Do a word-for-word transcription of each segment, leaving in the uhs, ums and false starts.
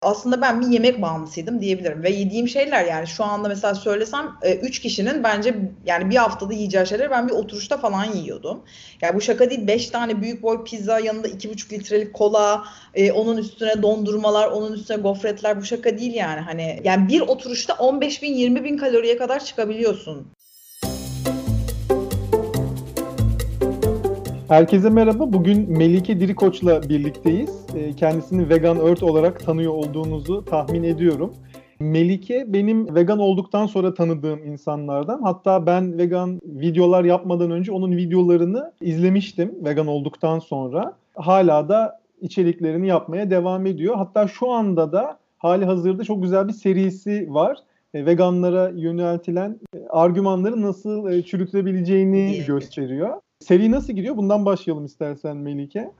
Aslında ben bir yemek bağımlısıydım diyebilirim ve yediğim şeyler, yani şu anda mesela söylesem üç kişinin bence yani bir haftada yiyeceği şeyleri ben bir oturuşta falan yiyordum. Yani bu şaka değil, beş tane büyük boy pizza, yanında iki buçuk litrelik kola, e, onun üstüne dondurmalar, onun üstüne gofretler, bu şaka değil yani. Hani yani bir oturuşta on beş bin yirmi bin kaloriye kadar çıkabiliyorsun. Herkese merhaba. Bugün Melike Dirikoç'la birlikteyiz. Ee, Kendisini Vegan Earth olarak tanıyor olduğunuzu tahmin ediyorum. Melike benim vegan olduktan sonra tanıdığım insanlardan. Hatta ben vegan videolar yapmadan önce onun videolarını izlemiştim vegan olduktan sonra. Hala da içeriklerini yapmaya devam ediyor. Hatta şu anda da hali hazırda çok güzel bir serisi var. E, Veganlara yöneltilen e, argümanları nasıl e, çürütebileceğini Diye. gösteriyor. Seri nasıl gidiyor? Bundan başlayalım istersen Melike.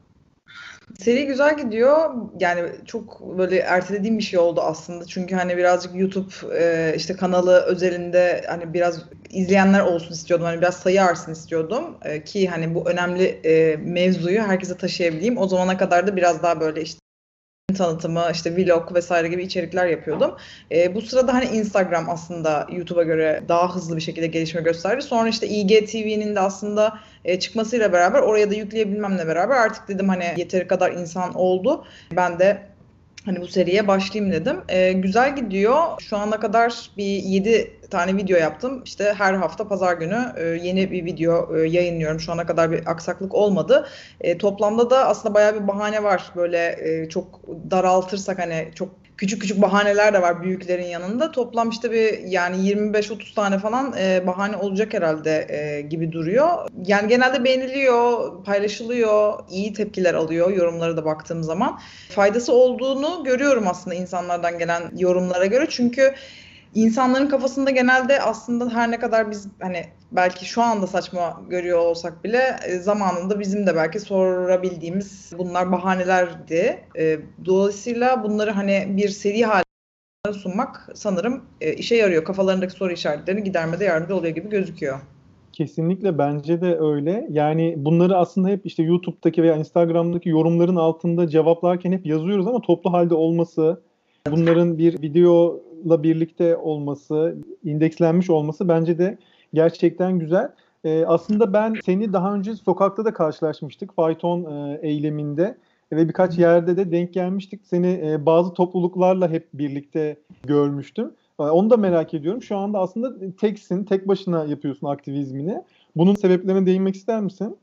Seri güzel gidiyor. Yani çok böyle ertelediğim bir şey oldu aslında. Çünkü hani birazcık YouTube e, işte kanalı özelinde hani biraz izleyenler olsun istiyordum. Hani biraz sayı artsın istiyordum. E, ki hani bu önemli e, mevzuyu herkese taşıyabileyim. O zamana kadar da biraz daha böyle işte tanıtımı, işte vlog vesaire gibi içerikler yapıyordum. E, bu sırada hani Instagram aslında YouTube'a göre daha hızlı bir şekilde gelişme gösterdi. Sonra işte I G T V'nin de aslında e, çıkmasıyla beraber, oraya da yükleyebilmemle beraber artık dedim hani yeteri kadar insan oldu. Ben de hani bu seriye başlayayım dedim. Ee, güzel gidiyor. Şu ana kadar bir yedi tane video yaptım. İşte her hafta pazar günü e, yeni bir video e, yayınlıyorum. Şu ana kadar bir aksaklık olmadı. E, toplamda da aslında bayağı bir bahane var. Böyle e, çok daraltırsak hani çok küçük küçük bahaneler de var büyüklerin yanında. Toplam işte bir yani yirmi beş otuz tane falan e, bahane olacak herhalde e, gibi duruyor. Yani genelde beğeniliyor, paylaşılıyor, iyi tepkiler alıyor yorumlara da baktığım zaman. Faydası olduğunu görüyorum aslında insanlardan gelen yorumlara göre. Çünkü insanların kafasında genelde aslında her ne kadar biz hani belki şu anda saçma görüyor olsak bile e, zamanında bizim de belki sorabildiğimiz bunlar bahanelerdi. E, dolayısıyla bunları hani bir seri halinde sunmak sanırım e, işe yarıyor. Kafalarındaki soru işaretlerini gidermede yardımcı oluyor gibi gözüküyor. Kesinlikle bence de öyle. Yani bunları aslında hep işte YouTube'daki veya Instagram'daki yorumların altında cevaplarken hep yazıyoruz ama toplu halde olması, bunların bir videola birlikte olması, indekslenmiş olması bence de gerçekten güzel. Ee, aslında ben seni daha önce sokakta da karşılaşmıştık, fayton e, eyleminde ve birkaç yerde de denk gelmiştik. Seni e, bazı topluluklarla hep birlikte görmüştüm. Ee, Onu da merak ediyorum. Şu anda aslında teksin, tek başına yapıyorsun aktivizmini. Bunun sebeplerine değinmek ister misin?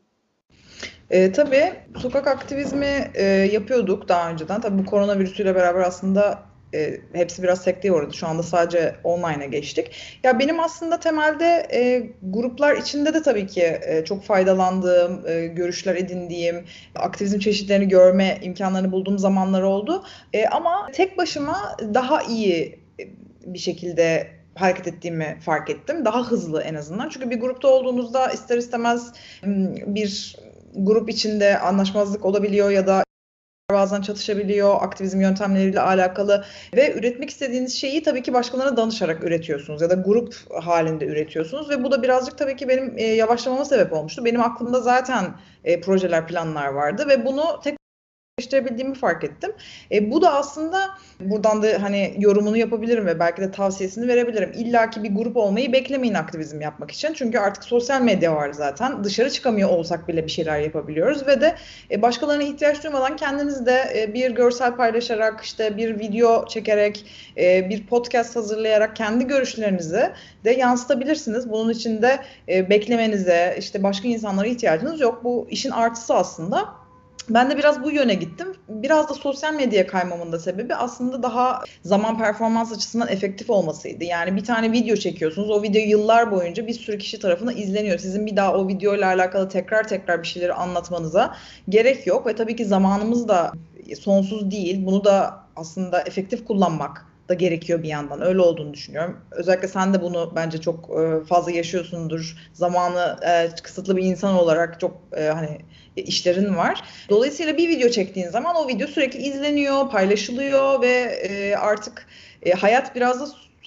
E, tabii sokak aktivizmi e, yapıyorduk daha önceden. Tabii bu koronavirüsüyle beraber aslında e, hepsi biraz sekteye uğradı. Şu anda sadece online'a geçtik. Ya benim aslında temelde e, gruplar içinde de tabii ki e, çok faydalandığım, e, görüşler edindiğim, aktivizm çeşitlerini görme imkanlarını bulduğum zamanlar oldu. E, ama tek başıma daha iyi e, bir şekilde hareket ettiğimi fark ettim. Daha hızlı en azından. Çünkü bir grupta olduğunuzda ister istemez bir grup içinde anlaşmazlık olabiliyor ya da bazen çatışabiliyor aktivizm yöntemleriyle alakalı ve üretmek istediğiniz şeyi tabii ki başkalarına danışarak üretiyorsunuz ya da grup halinde üretiyorsunuz ve bu da birazcık tabii ki benim e, yavaşlamama sebep olmuştu. Benim aklımda zaten e, projeler, planlar vardı ve bunu tek geliştirebildiğimi fark ettim. E, bu da aslında buradan da hani yorumunu yapabilirim ve belki de tavsiyesini verebilirim. İlla ki bir grup olmayı beklemeyin aktivizm yapmak için. Çünkü artık sosyal medya var zaten. Dışarı çıkamıyor olsak bile bir şeyler yapabiliyoruz ve de e, başkalarına ihtiyaç duymadan kendiniz de e, bir görsel paylaşarak, işte bir video çekerek, e, bir podcast hazırlayarak kendi görüşlerinizi de yansıtabilirsiniz. Bunun için de e, beklemenize, işte başka insanlara ihtiyacınız yok. Bu işin artısı aslında. Ben de biraz bu yöne gittim. Biraz da sosyal medyaya kaymamın da sebebi aslında daha zaman performans açısından efektif olmasıydı. Yani bir tane video çekiyorsunuz. O video yıllar boyunca bir sürü kişi tarafından izleniyor. Sizin bir daha o videoyla alakalı tekrar tekrar bir şeyleri anlatmanıza gerek yok. Ve tabii ki zamanımız da sonsuz değil. Bunu da aslında efektif kullanmak da gerekiyor bir yandan. Öyle olduğunu düşünüyorum. Özellikle sen de bunu bence çok fazla yaşıyorsundur. Zamanı kısıtlı bir insan olarak çok hani işlerin var. Dolayısıyla bir video çektiğin zaman o video sürekli izleniyor, paylaşılıyor ve e, artık e, hayat biraz da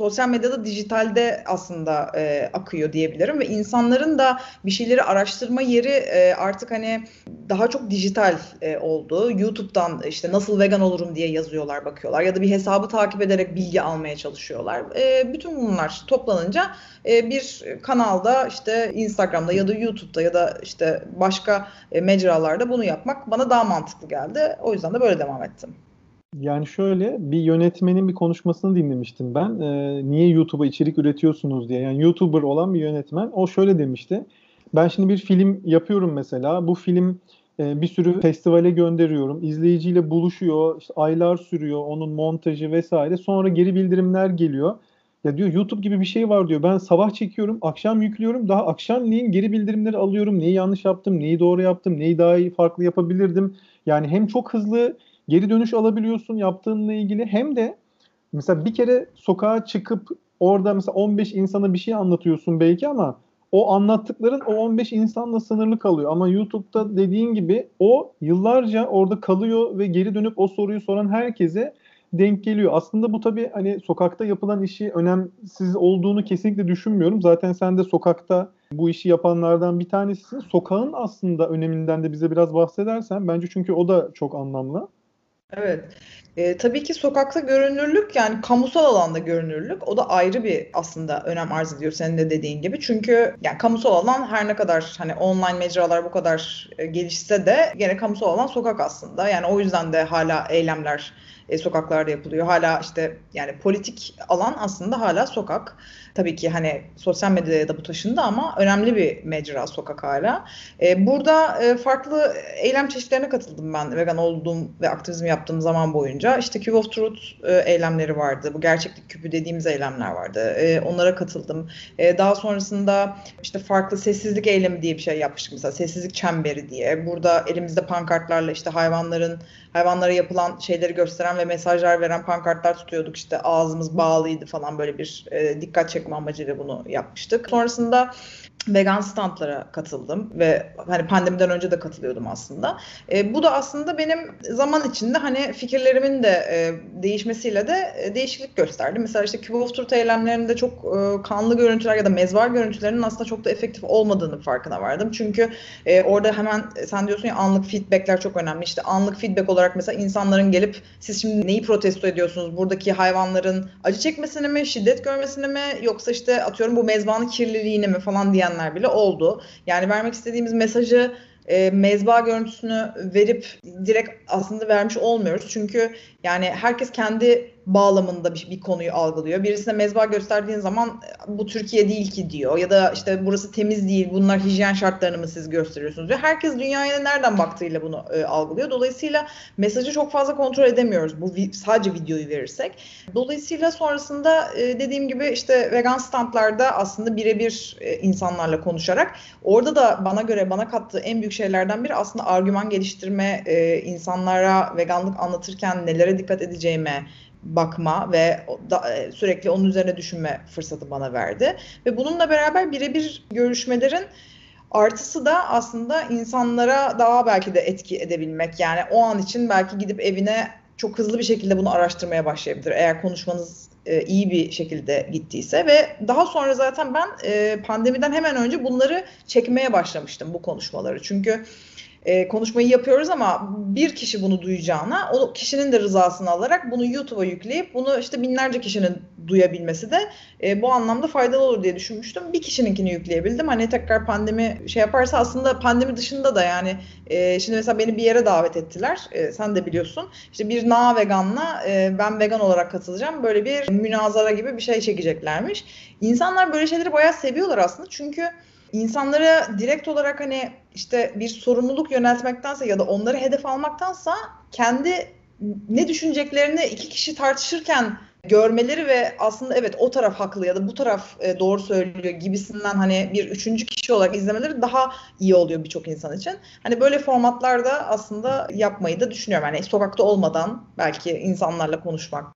sosyal medyada, dijitalde aslında e, akıyor diyebilirim ve insanların da bir şeyleri araştırma yeri e, artık hani daha çok dijital e, oldu. YouTube'dan işte nasıl vegan olurum diye yazıyorlar, bakıyorlar ya da bir hesabı takip ederek bilgi almaya çalışıyorlar. E, bütün bunlar toplanınca e, bir kanalda, işte Instagram'da ya da YouTube'da ya da işte başka e, mecralarda bunu yapmak bana daha mantıklı geldi. O yüzden de böyle devam ettim. Yani şöyle, bir yönetmenin bir konuşmasını dinlemiştim ben. Ee, niye YouTube'a içerik üretiyorsunuz diye. Yani YouTuber olan bir yönetmen. O şöyle demişti. Ben şimdi bir film yapıyorum mesela. Bu film e, bir sürü festivale gönderiyorum. İzleyiciyle buluşuyor. İşte aylar sürüyor. Onun montajı vesaire. Sonra geri bildirimler geliyor. Ya diyor, YouTube gibi bir şey var diyor. Ben sabah çekiyorum, akşam yüklüyorum. Daha akşamleyin geri bildirimleri alıyorum. Neyi yanlış yaptım, neyi doğru yaptım, neyi daha iyi farklı yapabilirdim. Yani hem çok hızlı geri dönüş alabiliyorsun yaptığınla ilgili, hem de mesela bir kere sokağa çıkıp orada mesela on beş insana bir şey anlatıyorsun belki, ama o anlattıkların o on beş insanla sınırlı kalıyor. Ama YouTube'da dediğin gibi o yıllarca orada kalıyor ve geri dönüp o soruyu soran herkese denk geliyor. Aslında bu tabii hani sokakta yapılan işi önemsiz olduğunu kesinlikle düşünmüyorum. Zaten sen de sokakta bu işi yapanlardan bir tanesisin. Sokağın aslında öneminden de bize biraz bahsedersen bence, çünkü o da çok anlamlı. Evet. Ee, tabii ki sokakta görünürlük, yani kamusal alanda görünürlük, o da ayrı bir aslında önem arz ediyor senin de dediğin gibi. Çünkü yani kamusal alan her ne kadar hani online mecralar bu kadar e, gelişse de gene kamusal alan sokak aslında. Yani o yüzden de hala eylemler e, sokaklarda yapılıyor. Hala işte yani politik alan aslında hala sokak. Tabii ki hani sosyal medyaya da bu taşındı ama önemli bir mecra sokak hala. E, burada e, farklı eylem çeşitlerine katıldım ben vegan olduğum ve aktivizm yaptığım zaman boyunca. İşte Cube of Truth e, eylemleri vardı. Bu gerçeklik küpü dediğimiz eylemler vardı. E, onlara katıldım. E, daha sonrasında işte farklı sessizlik eylemi diye bir şey yapmıştık mesela. Sessizlik çemberi diye. Burada elimizde pankartlarla işte hayvanların hayvanlara yapılan şeyleri gösteren ve mesajlar veren pankartlar tutuyorduk. İşte ağzımız bağlıydı falan, böyle bir e, dikkat çekme amacıyla bunu yapmıştık. Sonrasında vegan standlara katıldım ve hani pandemiden önce de katılıyordum aslında. E, bu da aslında benim zaman içinde hani fikirlerimin de e, değişmesiyle de e, değişiklik gösterdi. Mesela işte Cube of Truth eylemlerinde çok e, kanlı görüntüler ya da mezvar görüntülerinin aslında çok da efektif olmadığını farkına vardım. Çünkü e, orada hemen sen diyorsun ya, anlık feedbackler çok önemli. İşte anlık feedback olarak mesela insanların gelip siz şimdi neyi protesto ediyorsunuz? Buradaki hayvanların acı çekmesini mi, şiddet görmesini mi, yoksa işte atıyorum bu mezbanın kirliliğini mi falan diyenler bile oldu. Yani vermek istediğimiz mesajı e, mezba görüntüsünü verip direkt aslında vermiş olmuyoruz. Çünkü yani herkes kendi bağlamında bir, bir konuyu algılıyor. Birisine mezba gösterdiğin zaman bu Türkiye değil ki diyor. Ya da işte burası temiz değil, bunlar hijyen şartlarını mı siz gösteriyorsunuz diyor. Herkes dünyaya nereden baktığıyla bunu e, algılıyor. Dolayısıyla mesajı çok fazla kontrol edemiyoruz bu vi- sadece videoyu verirsek. Dolayısıyla sonrasında e, dediğim gibi işte vegan standlarda aslında birebir e, insanlarla konuşarak, orada da bana göre bana kattığı en büyük şeylerden biri aslında argüman geliştirme, e, insanlara veganlık anlatırken nelere dikkat edeceğime bakma ve da, e, sürekli onun üzerine düşünme fırsatı bana verdi. Ve bununla beraber birebir görüşmelerin artısı da aslında insanlara daha belki de etki edebilmek. Yani o an için belki gidip evine çok hızlı bir şekilde bunu araştırmaya başlayabilir. Eğer konuşmanız e, iyi bir şekilde gittiyse. Ve daha sonra zaten ben e, pandemiden hemen önce bunları çekmeye başlamıştım, bu konuşmaları. Çünkü e, konuşmayı yapıyoruz ama bir kişi bunu duyacağına o kişinin de rızasını alarak bunu YouTube'a yükleyip bunu işte binlerce kişinin duyabilmesi de e, bu anlamda faydalı olur diye düşünmüştüm. Bir kişininkini yükleyebildim. Hani tekrar pandemi şey yaparsa, aslında pandemi dışında da yani e, şimdi mesela beni bir yere davet ettiler. E, sen de biliyorsun. İşte bir Na Vegan'la e, ben vegan olarak katılacağım. Böyle bir münazara gibi bir şey çekeceklermiş. İnsanlar böyle şeyleri bayağı seviyorlar aslında. Çünkü insanlara direkt olarak hani işte bir sorumluluk yöneltmektense ya da onları hedef almaktansa kendi ne düşüneceklerini iki kişi tartışırken görmeleri ve aslında evet o taraf haklı ya da bu taraf e, doğru söylüyor gibisinden hani bir üçüncü kişi olarak izlemeleri daha iyi oluyor birçok insan için. Hani böyle formatlarda aslında yapmayı da düşünüyorum. Yani sokakta olmadan belki insanlarla konuşmak,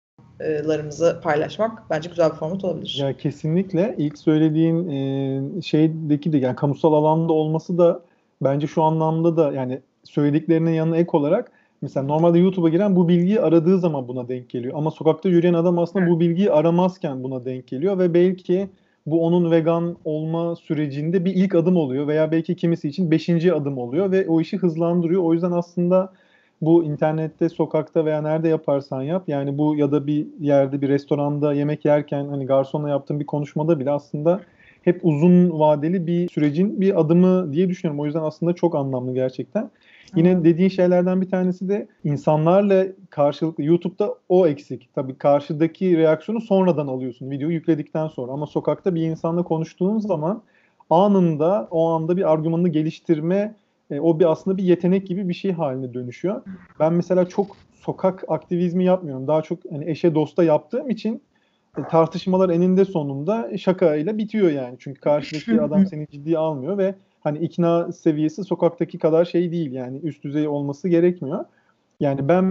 larımızı paylaşmak bence güzel bir format olabilir. Ya kesinlikle ilk söylediğin e, şeydeki de, yani kamusal alanda olması da bence şu anlamda da, yani söylediklerinin yanına ek olarak Mesela normalde YouTube'a giren bu bilgiyi aradığı zaman buna denk geliyor. Ama sokakta yürüyen adam aslında bu bilgiyi aramazken buna denk geliyor ve belki bu onun vegan olma sürecinde bir ilk adım oluyor veya belki kimisi için beşinci adım oluyor ve o işi hızlandırıyor. O yüzden aslında bu internette, sokakta veya nerede yaparsan yap, yani bu ya da bir yerde, bir restoranda yemek yerken hani garsonla yaptığın bir konuşmada bile aslında hep uzun vadeli bir sürecin bir adımı diye düşünüyorum. O yüzden aslında çok anlamlı gerçekten. Yine dediğin şeylerden bir tanesi de insanlarla karşılıklı. YouTube'da o eksik. Tabii karşıdaki reaksiyonu sonradan alıyorsun videoyu yükledikten sonra. Ama sokakta bir insanla konuştuğun zaman anında, o anda bir argümanını geliştirme, e, o bir aslında bir yetenek gibi bir şey haline dönüşüyor. Ben mesela çok sokak aktivizmi yapmıyorum. Daha çok hani eşe dosta yaptığım için e, tartışmalar eninde sonunda şakayla bitiyor yani. Çünkü karşıdaki adam seni ciddiye almıyor ve hani ikna seviyesi sokaktaki kadar şey değil, yani üst düzey olması gerekmiyor. Yani ben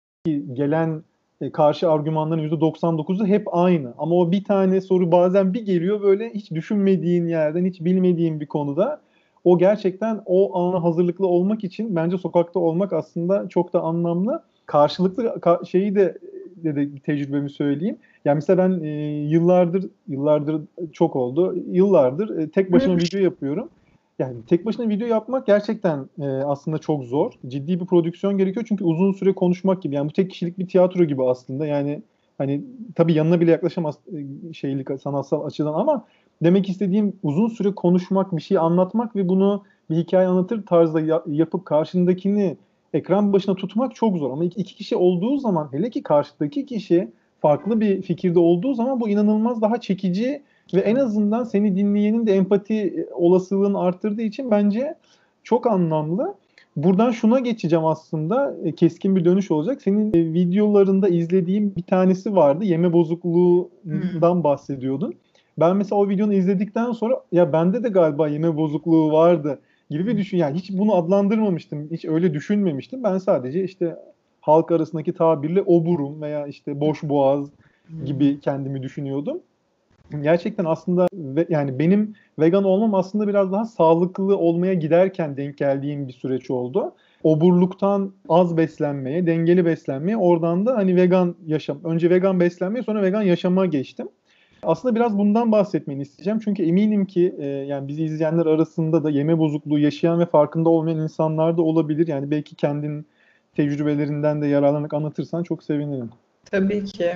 gelen e, karşı argümanların yüzde doksan dokuzu hep aynı. Ama o bir tane soru bazen bir geliyor böyle hiç düşünmediğin yerden, hiç bilmediğin bir konuda. O gerçekten o ana hazırlıklı olmak için bence sokakta olmak aslında çok da anlamlı. Karşılıklı ka- şeyi de, de, de tecrübemi söyleyeyim. Yani mesela ben e, yıllardır, yıllardır çok oldu, yıllardır e, tek başıma video yapıyorum. Yani tek başına video yapmak gerçekten e, aslında çok zor. Ciddi bir prodüksiyon gerekiyor çünkü uzun süre konuşmak gibi. Yani bu tek kişilik bir tiyatro gibi aslında. Yani hani tabii yanına bile yaklaşamaz e, şeylik, sanatsal açıdan, ama demek istediğim uzun süre konuşmak, bir şey anlatmak ve bunu bir hikaye anlatır tarzda ya- yapıp karşındakini ekran başına tutmak çok zor. Ama iki, iki kişi olduğu zaman, hele ki karşıdaki kişi farklı bir fikirde olduğu zaman bu inanılmaz daha çekici ve en azından seni dinleyenin de empati olasılığını arttırdığı için bence çok anlamlı. Buradan şuna geçeceğim aslında. E, keskin bir dönüş olacak. Senin e, videolarında izlediğim bir tanesi vardı. Yeme bozukluğundan bahsediyordun. Ben mesela o videonu izledikten sonra ya bende de galiba yeme bozukluğu vardı gibi bir düşün. Yani hiç bunu adlandırmamıştım. Hiç öyle düşünmemiştim. Ben sadece işte halk arasındaki tabirle oburum veya işte boş boğaz gibi kendimi düşünüyordum. Gerçekten aslında ve, yani benim vegan olmam aslında biraz daha sağlıklı olmaya giderken denk geldiğim bir süreç oldu. Oburluktan az beslenmeye, dengeli beslenmeye, oradan da hani vegan yaşam. Önce vegan beslenmeye, sonra vegan yaşama geçtim. Aslında biraz bundan bahsetmeni isteyeceğim. Çünkü eminim ki e, yani bizi izleyenler arasında da yeme bozukluğu yaşayan ve farkında olmayan insanlar da olabilir. Yani belki kendin tecrübelerinden de yararlanarak anlatırsan çok sevinirim. Tabii ki.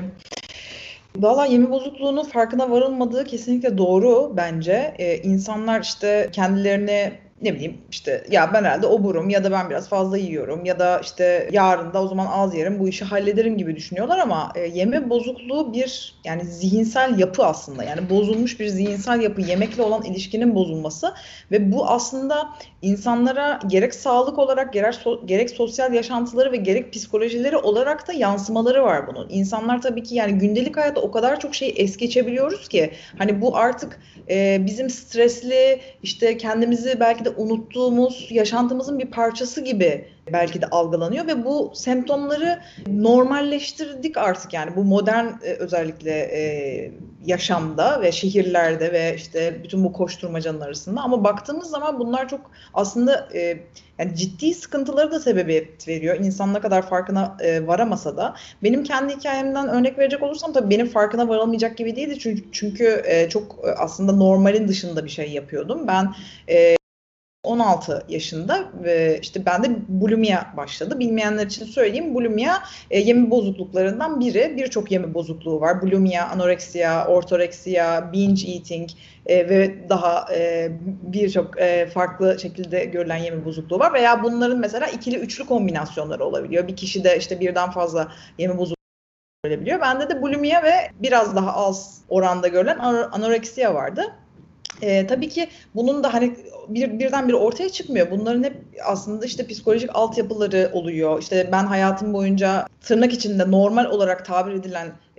Valla yeme bozukluğunun farkına varılmadığı kesinlikle doğru bence. Ee, insanlar işte kendilerini ne bileyim işte ya ben herhalde oburum ya da ben biraz fazla yiyorum ya da işte yarın da o zaman az yerim bu işi hallederim gibi düşünüyorlar ama e, yeme bozukluğu bir yani zihinsel yapı aslında. Yani bozulmuş bir zihinsel yapı, yemekle olan ilişkinin bozulması ve bu aslında insanlara gerek sağlık olarak gerek, so- gerek sosyal yaşantıları ve gerek psikolojileri olarak da yansımaları var bunun. İnsanlar tabii ki yani gündelik hayatta o kadar çok şey es geçebiliyoruz ki hani bu artık e, bizim stresli işte kendimizi belki de unuttuğumuz yaşantımızın bir parçası gibi belki de algılanıyor ve bu semptomları normalleştirdik artık yani bu modern e, özellikle e, yaşamda ve şehirlerde ve işte bütün bu koşturmacanın arasında ama baktığımız zaman bunlar çok aslında e, yani ciddi sıkıntıları da sebebiyet veriyor. İnsan ne kadar farkına e, varamasa da. Benim kendi hikayemden örnek verecek olursam tabii benim farkına varılmayacak gibi değildi. Çünkü, çünkü e, çok e, aslında normalin dışında bir şey yapıyordum. Ben e, on altı yaşında ve işte bende bulimia başladı. Bilmeyenler için söyleyeyim. Bulimia e, yeme bozukluklarından biri. Birçok yeme bozukluğu var. Bulimia, anoreksiya, ortoreksiya, binge eating e, ve daha e, birçok e, farklı şekilde görülen yeme bozukluğu var. Veya bunların mesela ikili üçlü kombinasyonları olabiliyor. Bir kişi de işte birden fazla yeme bozukluğu olabiliyor. Bende de bulimia ve biraz daha az oranda görülen anoreksiya vardı. Ee, tabii ki bunun da hani bir, birdenbire ortaya çıkmıyor. Bunların hep aslında işte psikolojik altyapıları oluyor. İşte ben hayatım boyunca tırnak içinde normal olarak tabir edilen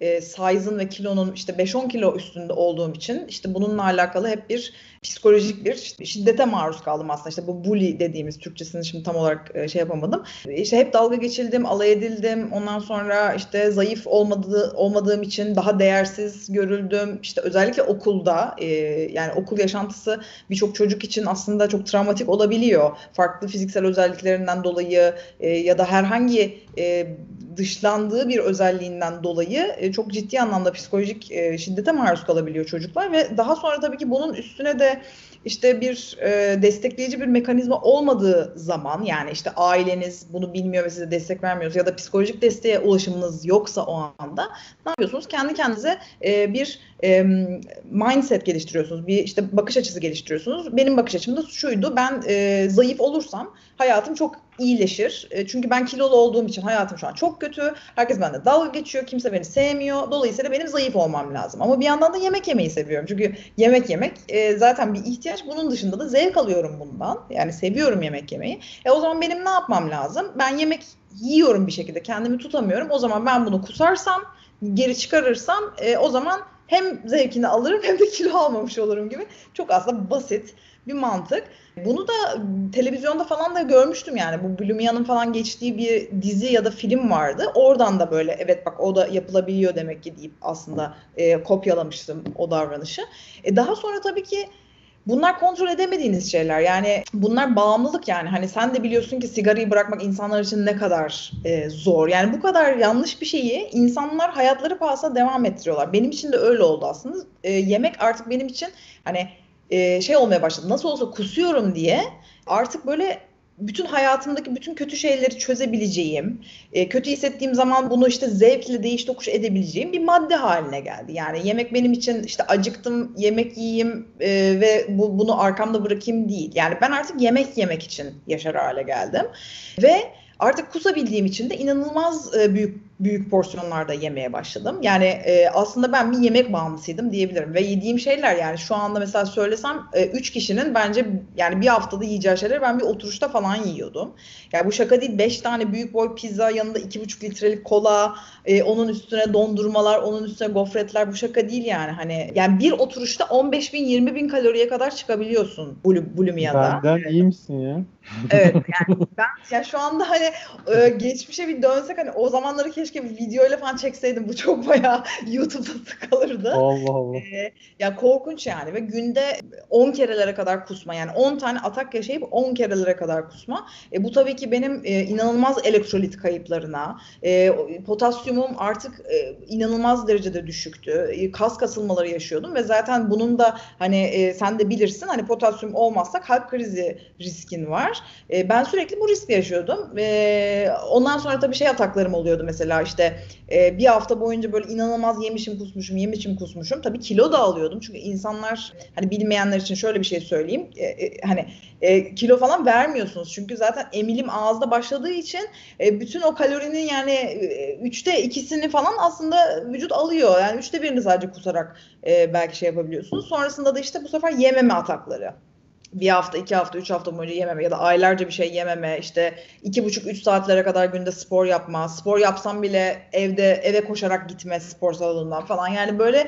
e, size'ın ve kilonun işte beş on kilo üstünde olduğum için işte bununla alakalı hep bir psikolojik bir şiddete maruz kaldım aslında. İşte bu bully dediğimiz, Türkçesini şimdi tam olarak e, şey yapamadım. İşte hep dalga geçildim, alay edildim. Ondan sonra işte zayıf olmadığı, olmadığım için daha değersiz görüldüm. İşte özellikle okulda e, yani okul yaşantısı birçok çocuk için aslında çok travmatik olabiliyor. Farklı fiziksel özelliklerinden dolayı e, ya da herhangi e, dışlandığı bir özelliğinden dolayı e, çok ciddi anlamda psikolojik e, şiddete maruz kalabiliyor çocuklar ve daha sonra tabii ki bunun üstüne de işte bir e, destekleyici bir mekanizma olmadığı zaman, yani işte aileniz bunu bilmiyor ve size destek vermiyorsa ya da psikolojik desteğe ulaşımınız yoksa o anda ne yapıyorsunuz? Kendi kendinize e, bir e, mindset geliştiriyorsunuz. Bir işte bakış açısı geliştiriyorsunuz. Benim bakış açım da şuydu: ben e, zayıf olursam hayatım çok iyileşir. E, çünkü ben kilolu olduğum için hayatım şu an çok kötü. Herkes bende dalga geçiyor. Kimse beni sevmiyor. Dolayısıyla benim zayıf olmam lazım. Ama bir yandan da yemek yemeyi seviyorum. Çünkü yemek yemek e, zaten bir ihtiyaç. Bunun dışında da zevk alıyorum bundan. Yani seviyorum yemek yemeyi. E o zaman benim ne yapmam lazım? Ben yemek yiyorum bir şekilde. Kendimi tutamıyorum. O zaman ben bunu kusarsam, geri çıkarırsam e, o zaman hem zevkini alırım hem de kilo almamış olurum gibi. Çok aslında basit bir mantık. Bunu da televizyonda falan da görmüştüm yani. Bu Bulimia'nın falan geçtiği bir dizi ya da film vardı. Oradan da böyle evet bak o da yapılabiliyor demek ki deyip aslında e, kopyalamıştım o davranışı. E, daha sonra tabii ki bunlar kontrol edemediğiniz şeyler. Yani bunlar bağımlılık yani. Hani sen de biliyorsun ki sigarayı bırakmak insanlar için ne kadar e, zor. Yani bu kadar yanlış bir şeyi insanlar hayatları pahasına devam ettiriyorlar. Benim için de öyle oldu aslında. E, yemek artık benim için hani e, şey olmaya başladı. Nasıl olsa kusuyorum diye artık böyle bütün hayatımdaki bütün kötü şeyleri çözebileceğim, e, kötü hissettiğim zaman bunu işte zevkle değiş tokuş edebileceğim bir madde haline geldi. Yani yemek benim için işte acıktım, yemek yiyeyim e, ve bu, bunu arkamda bırakayım değil. Yani ben artık yemek yemek için yaşar hale geldim. Ve artık kusabildiğim için de inanılmaz e, büyük büyük porsiyonlarda yemeye başladım. Yani e, aslında ben bir yemek bağımlısıydım diyebilirim. Ve yediğim şeyler yani şu anda mesela söylesem e, üç kişinin bence yani bir haftada yiyeceği şeyleri ben bir oturuşta falan yiyordum. Yani bu şaka değil, beş tane büyük boy pizza, yanında iki buçuk litrelik kola, e, onun üstüne dondurmalar, onun üstüne gofretler, bu şaka değil yani. Hani yani bir oturuşta on beş bin yirmi bin kaloriye kadar çıkabiliyorsun bul bulimia'da. Benden iyi misin ya? Evet yani ben ya şu anda hani e, geçmişe bir dönsek hani o zamanları keşke bir videoyla falan çekseydim, bu çok bayağı YouTube'da tıkalırdı. Allah Allah. E, ya korkunç yani ve günde on kerelere kadar kusma, yani on tane atak yaşayıp on kerelere kadar kusma. E, bu tabii ki benim e, inanılmaz elektrolit kayıplarına, e, potasyumum artık e, inanılmaz derecede düşüktü. E, kas kasılmaları yaşıyordum ve zaten bunun da hani e, sen de bilirsin hani potasyum olmazsa kalp krizi riskin var. E, ben sürekli bu riski yaşıyordum. E, ondan sonra tabii şey ataklarım oluyordu mesela işte e, bir hafta boyunca böyle inanılmaz yemişim kusmuşum, yemişim kusmuşum. Tabii kilo da alıyordum çünkü insanlar, hani bilmeyenler için şöyle bir şey söyleyeyim. E, e, hani e, kilo falan vermiyorsunuz çünkü zaten emilim ağızda başladığı için e, bütün o kalorinin yani e, üçte ikisini falan aslında vücut alıyor. Yani üçte birini sadece kusarak e, belki şey yapabiliyorsunuz. Sonrasında da işte bu sefer yememe atakları. Bir hafta, iki hafta, üç hafta boyunca yememe ya da aylarca bir şey yememe, işte iki buçuk, üç saatlere kadar günde spor yapma, spor yapsam bile evde eve koşarak gitme spor salonundan falan. Yani böyle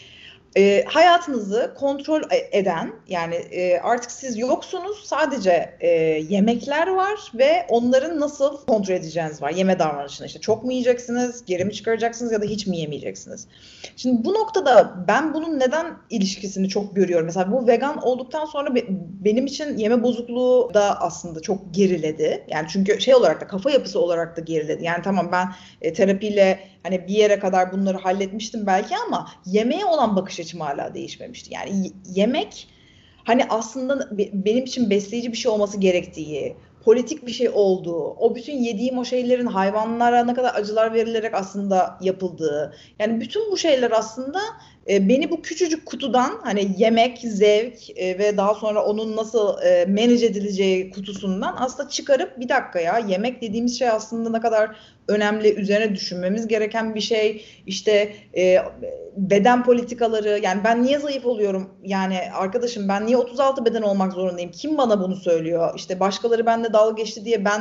e, hayatınızı kontrol eden, yani e, artık siz yoksunuz, sadece e, yemekler var ve onların nasıl kontrol edeceğiniz var. Yeme davranışını işte çok mu yiyeceksiniz, geri mi çıkaracaksınız ya da hiç mi yemeyeceksiniz? Şimdi bu noktada ben bunun neden ilişkisini çok görüyorum. Mesela bu vegan olduktan sonra be, benim için yeme bozukluğu da aslında çok geriledi. Yani çünkü şey olarak da, kafa yapısı olarak da geriledi. Yani tamam ben e, terapiyle hani bir yere kadar bunları halletmiştim belki ama yemeğe olan bakış açım hala değişmemişti. Yani yemek hani aslında benim için besleyici bir şey olması gerektiği, politik bir şey olduğu, o bütün yediğim o şeylerin hayvanlara ne kadar acılar verilerek aslında yapıldığı, yani bütün bu şeyler aslında e, beni bu küçücük kutudan, hani yemek, zevk e, ve daha sonra onun nasıl e, manage edileceği kutusundan aslında çıkarıp bir dakika ya, yemek dediğimiz şey aslında ne kadar önemli, üzerine düşünmemiz gereken bir şey. İşte e, beden politikaları, yani ben niye zayıf oluyorum, yani arkadaşım ben niye otuz altı beden olmak zorundayım, kim bana bunu söylüyor, işte başkaları benimle dalga geçti diye ben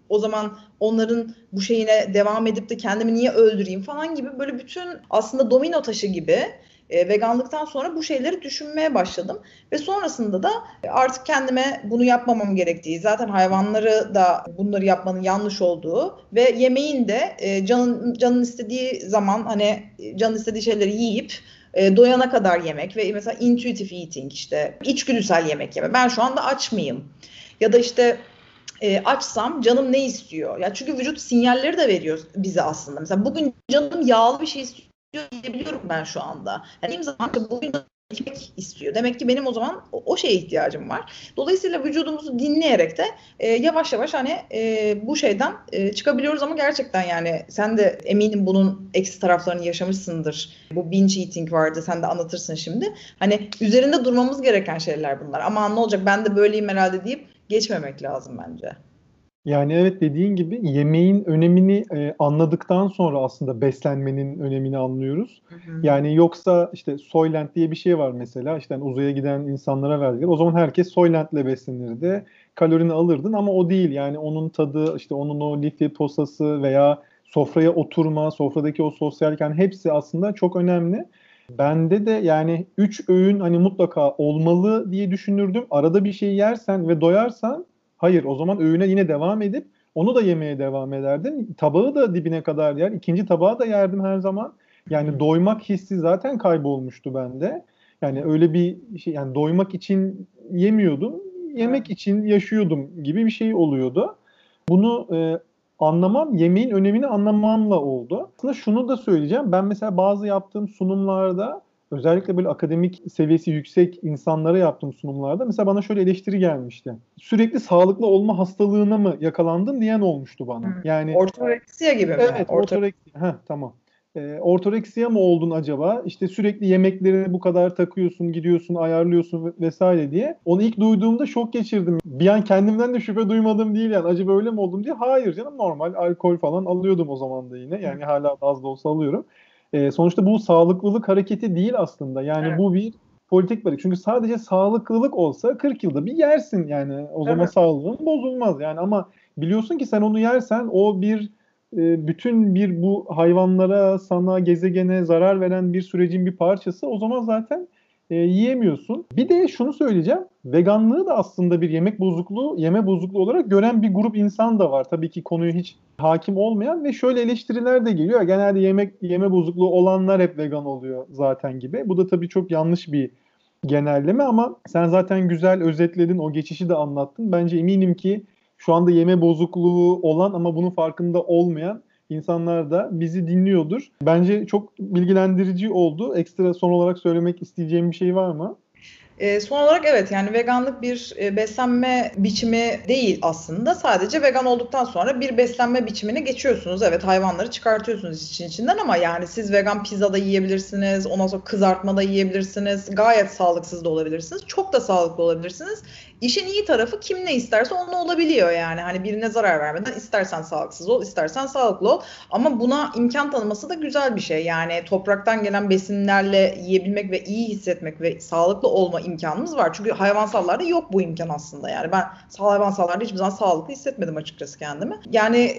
O zaman onların bu şeyine devam edip de kendimi niye öldüreyim falan gibi böyle bütün aslında domino taşı gibi e, veganlıktan sonra bu şeyleri düşünmeye başladım. Ve sonrasında da artık kendime bunu yapmamam gerektiği, zaten hayvanları da bunları yapmanın yanlış olduğu ve yemeğin de e, canın, canın istediği zaman hani canın istediği şeyleri yiyip e, doyana kadar yemek ve mesela intuitive eating, işte içgüdüsel yemek yeme. Ben şu anda aç mıyım? Ya da işte e, açsam canım ne istiyor? Ya çünkü vücut sinyalleri de veriyor bize aslında. Mesela bugün canım yağlı bir şey istiyor diyebiliyorum ben şu anda. Yani zaman bugün ekmek istiyor. Demek ki benim o zaman o, o şeye ihtiyacım var. Dolayısıyla vücudumuzu dinleyerek de e, yavaş yavaş hani e, bu şeyden e, çıkabiliyoruz ama gerçekten yani sen de eminim bunun eksi taraflarını yaşamışsındır. Bu binge eating vardı, sen de anlatırsın şimdi. Hani üzerinde durmamız gereken şeyler bunlar. Aman ne olacak, ben de böyleyim herhalde deyip geçmemek lazım bence. Yani evet, dediğin gibi yemeğin önemini e, anladıktan sonra aslında beslenmenin önemini anlıyoruz. Hı hı. Yani yoksa işte Soylent diye bir şey var mesela, işte hani uzaya giden insanlara verdiler. O zaman herkes Soylent'le beslenirdi. Kalorini alırdın ama o değil. Yani onun tadı, işte onun o lifi posası veya sofraya oturma, sofradaki o sosyallik, yani hepsi aslında çok önemli. Bende de yani üç öğün hani mutlaka olmalı diye düşünürdüm. Arada bir şey yersen ve doyarsan, hayır, o zaman öğüne yine devam edip onu da yemeye devam ederdim. Tabağı da dibine kadar yer. İkinci tabağı da yerdim her zaman. Yani doymak hissi zaten kaybolmuştu bende. Yani öyle bir şey, yani doymak için yemiyordum. Yemek için yaşıyordum gibi bir şey oluyordu. Bunu e, anlamam, yemeğin önemini anlamamla oldu. Aslında şunu da söyleyeceğim. Ben mesela bazı yaptığım sunumlarda, özellikle böyle akademik seviyesi yüksek insanlara yaptığım sunumlarda mesela bana şöyle eleştiri gelmişti. Sürekli sağlıklı olma hastalığına mı yakalandın diyen olmuştu bana. Yani ortoreksiya gibi mi? evet, ortoreksiya. Heh, tamam. E, ortoreksiya mı oldun acaba? İşte sürekli yemeklerini bu kadar takıyorsun, gidiyorsun, ayarlıyorsun vesaire diye. Onu ilk duyduğumda şok geçirdim. Bir an kendimden de şüphe duymadım değil yani. Acaba öyle mi oldum diye. Hayır canım, normal alkol falan alıyordum o zaman da yine. Yani hala az da olsa alıyorum. E, sonuçta bu sağlıklılık hareketi değil aslında. Yani Evet. bu bir politik bir. Çünkü sadece sağlıklılık olsa kırk yılda bir yersin yani. O zaman Evet. sağlığın bozulmaz yani, ama biliyorsun ki sen onu yersen o bir bütün bir bu hayvanlara, sana, gezegene zarar veren bir sürecin bir parçası. O zaman zaten e, yiyemiyorsun. Bir de şunu söyleyeceğim. Veganlığı da aslında bir yemek bozukluğu, yeme bozukluğu olarak gören bir grup insan da var. Tabii ki konuyu hiç hakim olmayan ve şöyle eleştiriler de geliyor. Genelde yemek yeme bozukluğu olanlar hep vegan oluyor zaten gibi. Bu da tabii çok yanlış bir genelleme, ama sen zaten güzel özetledin, o geçişi de anlattın. Bence eminim ki şu anda yeme bozukluğu olan ama bunun farkında olmayan insanlar da bizi dinliyordur. Bence çok bilgilendirici oldu. Ekstra son olarak söylemek isteyeceğim bir şey var mı? E, son olarak evet, yani veganlık bir e, beslenme biçimi değil aslında. Sadece vegan olduktan sonra bir beslenme biçimine geçiyorsunuz. Evet, hayvanları çıkartıyorsunuz için içinden ama yani siz vegan pizza da yiyebilirsiniz. Ondan sonra kızartma da yiyebilirsiniz. Gayet sağlıksız da olabilirsiniz. Çok da sağlıklı olabilirsiniz. İşin iyi tarafı kim ne isterse onunla olabiliyor yani. Hani birine zarar vermeden istersen sağlıksız ol, istersen sağlıklı ol. Ama buna imkan tanıması da güzel bir şey. Yani topraktan gelen besinlerle yiyebilmek ve iyi hissetmek ve sağlıklı olma imkanımız var. Çünkü hayvansallarda yok bu imkan aslında. Yani ben hayvansallarda hiçbir zaman sağlıklı hissetmedim açıkçası kendimi. Yani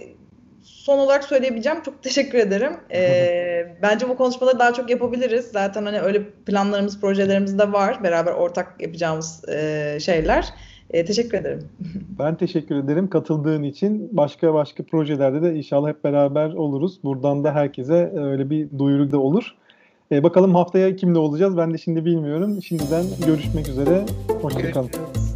son olarak söyleyebileceğim, çok teşekkür ederim. Ee, bence bu konuşmaları daha çok yapabiliriz. Zaten hani öyle planlarımız, projelerimiz de var. Beraber ortak yapacağımız e, şeyler. E, teşekkür ederim. Ben teşekkür ederim katıldığın için. Başka başka projelerde de inşallah hep beraber oluruz. Buradan da herkese öyle bir duyuru da olur. Ee, bakalım haftaya kimle olacağız? Ben de şimdi bilmiyorum. Şimdiden görüşmek üzere. Hoşçakalın.